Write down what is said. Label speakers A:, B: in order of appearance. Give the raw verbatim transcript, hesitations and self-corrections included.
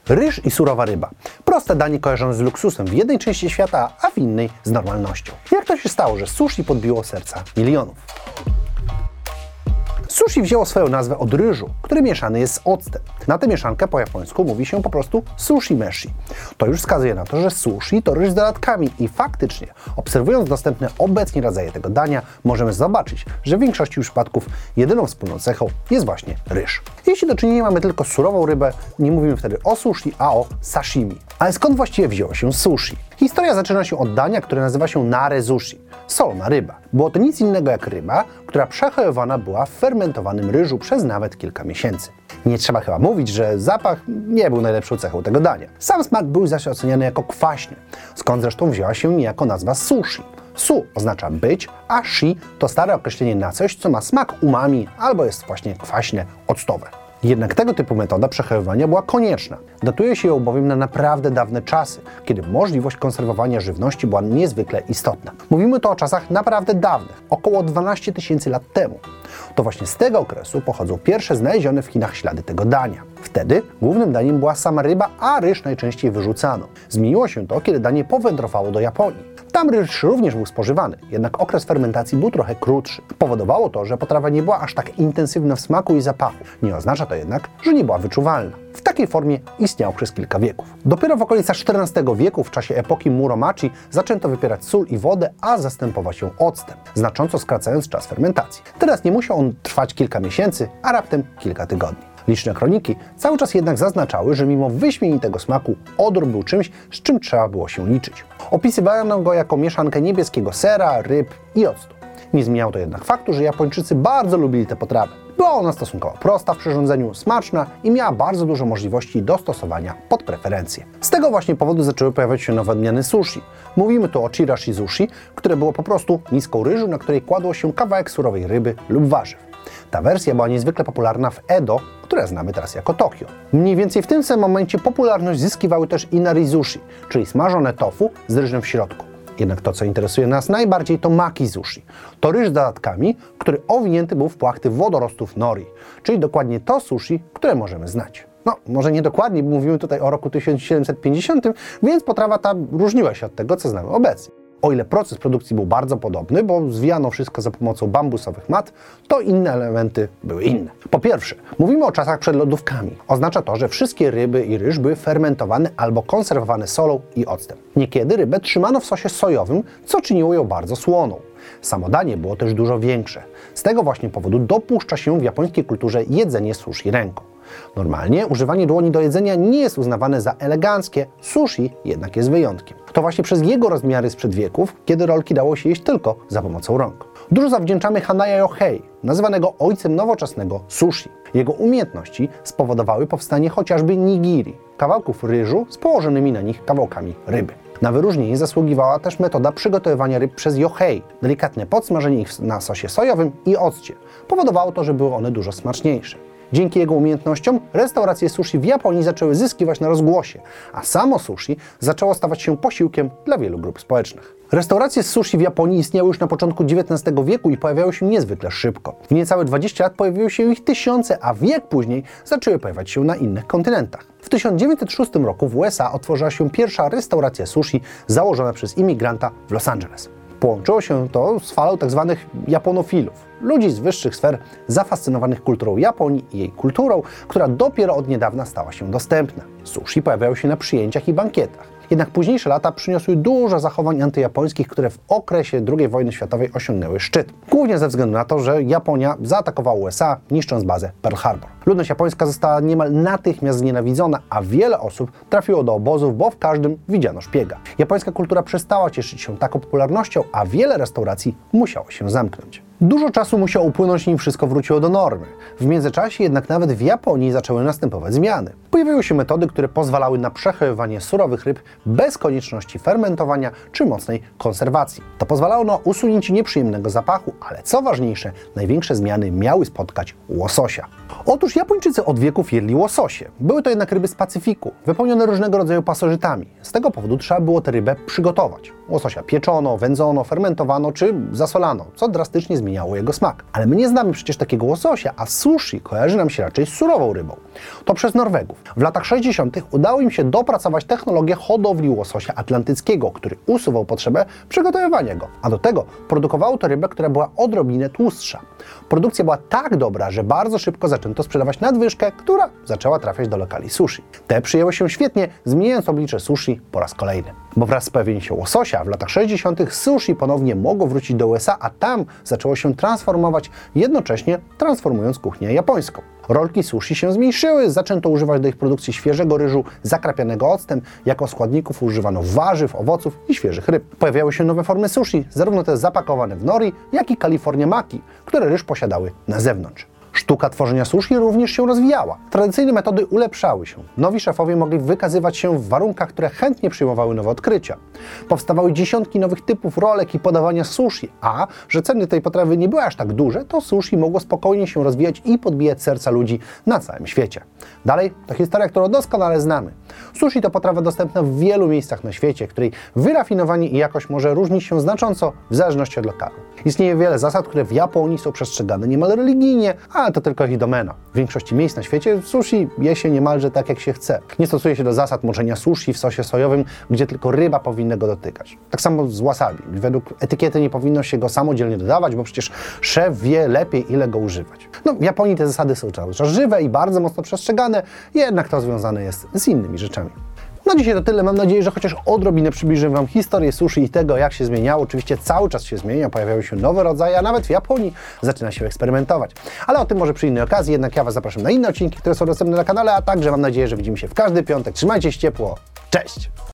A: Ryż i surowa ryba. Proste danie kojarzone z luksusem w jednej części świata, a w innej z normalnością. Jak to się stało, że sushi podbiło serca milionów? Sushi wzięło swoją nazwę od ryżu, który mieszany jest z octem. Na tę mieszankę po japońsku mówi się po prostu sushi meshi. To już wskazuje na to, że sushi to ryż z dodatkami i faktycznie, obserwując dostępne obecnie rodzaje tego dania, możemy zobaczyć, że w większości przypadków jedyną wspólną cechą jest właśnie ryż. Jeśli do czynienia mamy tylko surową rybę, nie mówimy wtedy o sushi, a o sashimi. Ale skąd właściwie wzięło się sushi? Historia zaczyna się od dania, które nazywa się nare sushi, solona ryba. Było to nic innego jak ryba, która przechowywana była w fermentowanym ryżu przez nawet kilka miesięcy. Nie trzeba chyba mówić, że zapach nie był najlepszą cechą tego dania. Sam smak był zaś oceniany jako kwaśny, skąd zresztą wzięła się niejako nazwa sushi. Su oznacza być, a shi to stare określenie na coś, co ma smak umami albo jest właśnie kwaśne, octowe. Jednak tego typu metoda przechowywania była konieczna. Datuje się ją bowiem na naprawdę dawne czasy, kiedy możliwość konserwowania żywności była niezwykle istotna. Mówimy tu o czasach naprawdę dawnych, około dwanaście tysięcy lat temu. To właśnie z tego okresu pochodzą pierwsze znalezione w Chinach ślady tego dania. Wtedy głównym daniem była sama ryba, a ryż najczęściej wyrzucano. Zmieniło się to, kiedy danie powędrowało do Japonii. Tam ryż również był spożywany, jednak okres fermentacji był trochę krótszy. Powodowało to, że potrawa nie była aż tak intensywna w smaku i zapachu. Nie oznacza to jednak, że nie była wyczuwalna. W takiej formie istniał przez kilka wieków. Dopiero w okolicach czternastego wieku, w czasie epoki Muromachi, zaczęto wypierać sól i wodę, a zastępować ją octem, znacząco skracając czas fermentacji. Teraz nie musiał on trwać kilka miesięcy, a raptem kilka tygodni. Liczne kroniki cały czas jednak zaznaczały, że mimo wyśmienitego smaku odór był czymś, z czym trzeba było się liczyć. Opisywano go jako mieszankę niebieskiego sera, ryb i octu. Nie zmieniało to jednak faktu, że Japończycy bardzo lubili tę potrawę. Była ona stosunkowo prosta w przyrządzeniu, smaczna i miała bardzo dużo możliwości dostosowania pod preferencje. Z tego właśnie powodu zaczęły pojawiać się nowe odmiany sushi. Mówimy tu o chirashi sushi, które było po prostu miską ryżu, na której kładło się kawałek surowej ryby lub warzyw. Ta wersja była niezwykle popularna w Edo, które znamy teraz jako Tokio. Mniej więcej w tym samym momencie popularność zyskiwały też inari sushi, czyli smażone tofu z ryżem w środku. Jednak to, co interesuje nas najbardziej, to maki sushi. To ryż z dodatkami, który owinięty był w płachty wodorostów nori, czyli dokładnie to sushi, które możemy znać. No, może nie dokładnie, bo mówimy tutaj o roku tysiąc siedemset pięćdziesiątym, więc potrawa ta różniła się od tego, co znamy obecnie. O ile proces produkcji był bardzo podobny, bo zwijano wszystko za pomocą bambusowych mat, to inne elementy były inne. Po pierwsze, mówimy o czasach przed lodówkami. Oznacza to, że wszystkie ryby i ryż były fermentowane albo konserwowane solą i octem. Niekiedy rybę trzymano w sosie sojowym, co czyniło ją bardzo słoną. Samo danie było też dużo większe. Z tego właśnie powodu dopuszcza się w japońskiej kulturze jedzenie sushi ręką. Normalnie używanie dłoni do jedzenia nie jest uznawane za eleganckie, sushi jednak jest wyjątkiem. To właśnie przez jego rozmiary sprzed wieków, kiedy rolki dało się jeść tylko za pomocą rąk. Dużo zawdzięczamy Hanaya Yohei, nazywanego ojcem nowoczesnego sushi. Jego umiejętności spowodowały powstanie chociażby nigiri, kawałków ryżu z położonymi na nich kawałkami ryby. Na wyróżnienie zasługiwała też metoda przygotowywania ryb przez Yohei, delikatne podsmażenie ich na sosie sojowym i occie. Powodowało to, że były one dużo smaczniejsze. Dzięki jego umiejętnościom restauracje sushi w Japonii zaczęły zyskiwać na rozgłosie, a samo sushi zaczęło stawać się posiłkiem dla wielu grup społecznych. Restauracje z sushi w Japonii istniały już na początku dziewiętnastego wieku i pojawiały się niezwykle szybko. W niecałe dwadzieścia lat pojawiły się ich tysiące, a wiek później zaczęły pojawiać się na innych kontynentach. W tysiąc dziewięćset szóstym roku w U S A otworzyła się pierwsza restauracja sushi założona przez imigranta w Los Angeles. Połączyło się to z falą tzw. japonofilów, ludzi z wyższych sfer zafascynowanych kulturą Japonii i jej kulturą, która dopiero od niedawna stała się dostępna. Sushi pojawiały się na przyjęciach i bankietach. Jednak późniejsze lata przyniosły dużo zachowań antyjapońskich, które w okresie drugiej wojny światowej osiągnęły szczyt. Głównie ze względu na to, że Japonia zaatakowała U S A, niszcząc bazę Pearl Harbor. Ludność japońska została niemal natychmiast znienawidzona, a wiele osób trafiło do obozów, bo w każdym widziano szpiega. Japońska kultura przestała cieszyć się taką popularnością, a wiele restauracji musiało się zamknąć. Dużo czasu musiało upłynąć, nim wszystko wróciło do normy. W międzyczasie jednak nawet w Japonii zaczęły następować zmiany. Pojawiły się metody, które pozwalały na przechowywanie surowych ryb bez konieczności fermentowania czy mocnej konserwacji. To pozwalało na usunięcie nieprzyjemnego zapachu, ale co ważniejsze, największe zmiany miały spotkać łososia. Otóż Japończycy od wieków jedli łososie. Były to jednak ryby z Pacyfiku, wypełnione różnego rodzaju pasożytami. Z tego powodu trzeba było tę rybę przygotować. Łososia pieczono, wędzono, fermentowano czy zasolano, co drastycznie zmieniało jego smak. Ale my nie znamy przecież takiego łososia, a sushi kojarzy nam się raczej z surową rybą. To przez Norwegów. W latach sześćdziesiątych udało im się dopracować technologię hodowli łososia atlantyckiego, który usuwał potrzebę przygotowywania go. A do tego produkowało to rybę, która była odrobinę tłustsza. Produkcja była tak dobra, że bardzo szybko zaczęto sprzedawać nadwyżkę, która zaczęła trafiać do lokali sushi. Te przyjęły się świetnie, zmieniając oblicze sushi po raz kolejny. Bo wraz z pojawieniem się łososia w latach sześćdziesiątych sushi ponownie mogło wrócić do U S A, a tam zaczęło się transformować, jednocześnie transformując kuchnię japońską. Rolki sushi się zmniejszyły, zaczęto używać do ich produkcji świeżego ryżu zakrapianego octem, jako składników używano warzyw, owoców i świeżych ryb. Pojawiały się nowe formy sushi, zarówno te zapakowane w nori, jak i California maki, które ryż posiadały na zewnątrz. Sztuka tworzenia sushi również się rozwijała. Tradycyjne metody ulepszały się. Nowi szefowie mogli wykazywać się w warunkach, które chętnie przyjmowały nowe odkrycia. Powstawały dziesiątki nowych typów rolek i podawania sushi, a że ceny tej potrawy nie były aż tak duże, to sushi mogło spokojnie się rozwijać i podbijać serca ludzi na całym świecie. Dalej to historia, którą doskonale znamy. Sushi to potrawa dostępna w wielu miejscach na świecie, której wyrafinowanie i jakość może różnić się znacząco w zależności od lokalu. Istnieje wiele zasad, które w Japonii są przestrzegane niemal religijnie, ale to tylko ich domena. W większości miejsc na świecie sushi je się niemalże tak, jak się chce. Nie stosuje się do zasad moczenia sushi w sosie sojowym, gdzie tylko ryba powinna go dotykać. Tak samo z wasabi. Według etykiety nie powinno się go samodzielnie dodawać, bo przecież szef wie lepiej, ile go używać. No, w Japonii te zasady są cały czas żywe i bardzo mocno przestrzegane, jednak to związane jest z innymi rzeczami. Na dzisiaj to tyle. Mam nadzieję, że chociaż odrobinę przybliżyłem Wam historię sushi i tego, jak się zmieniało. Oczywiście cały czas się zmienia, pojawiają się nowe rodzaje, a nawet w Japonii zaczyna się eksperymentować. Ale o tym może przy innej okazji, jednak ja Was zapraszam na inne odcinki, które są dostępne na kanale, a także mam nadzieję, że widzimy się w każdy piątek. Trzymajcie się ciepło. Cześć!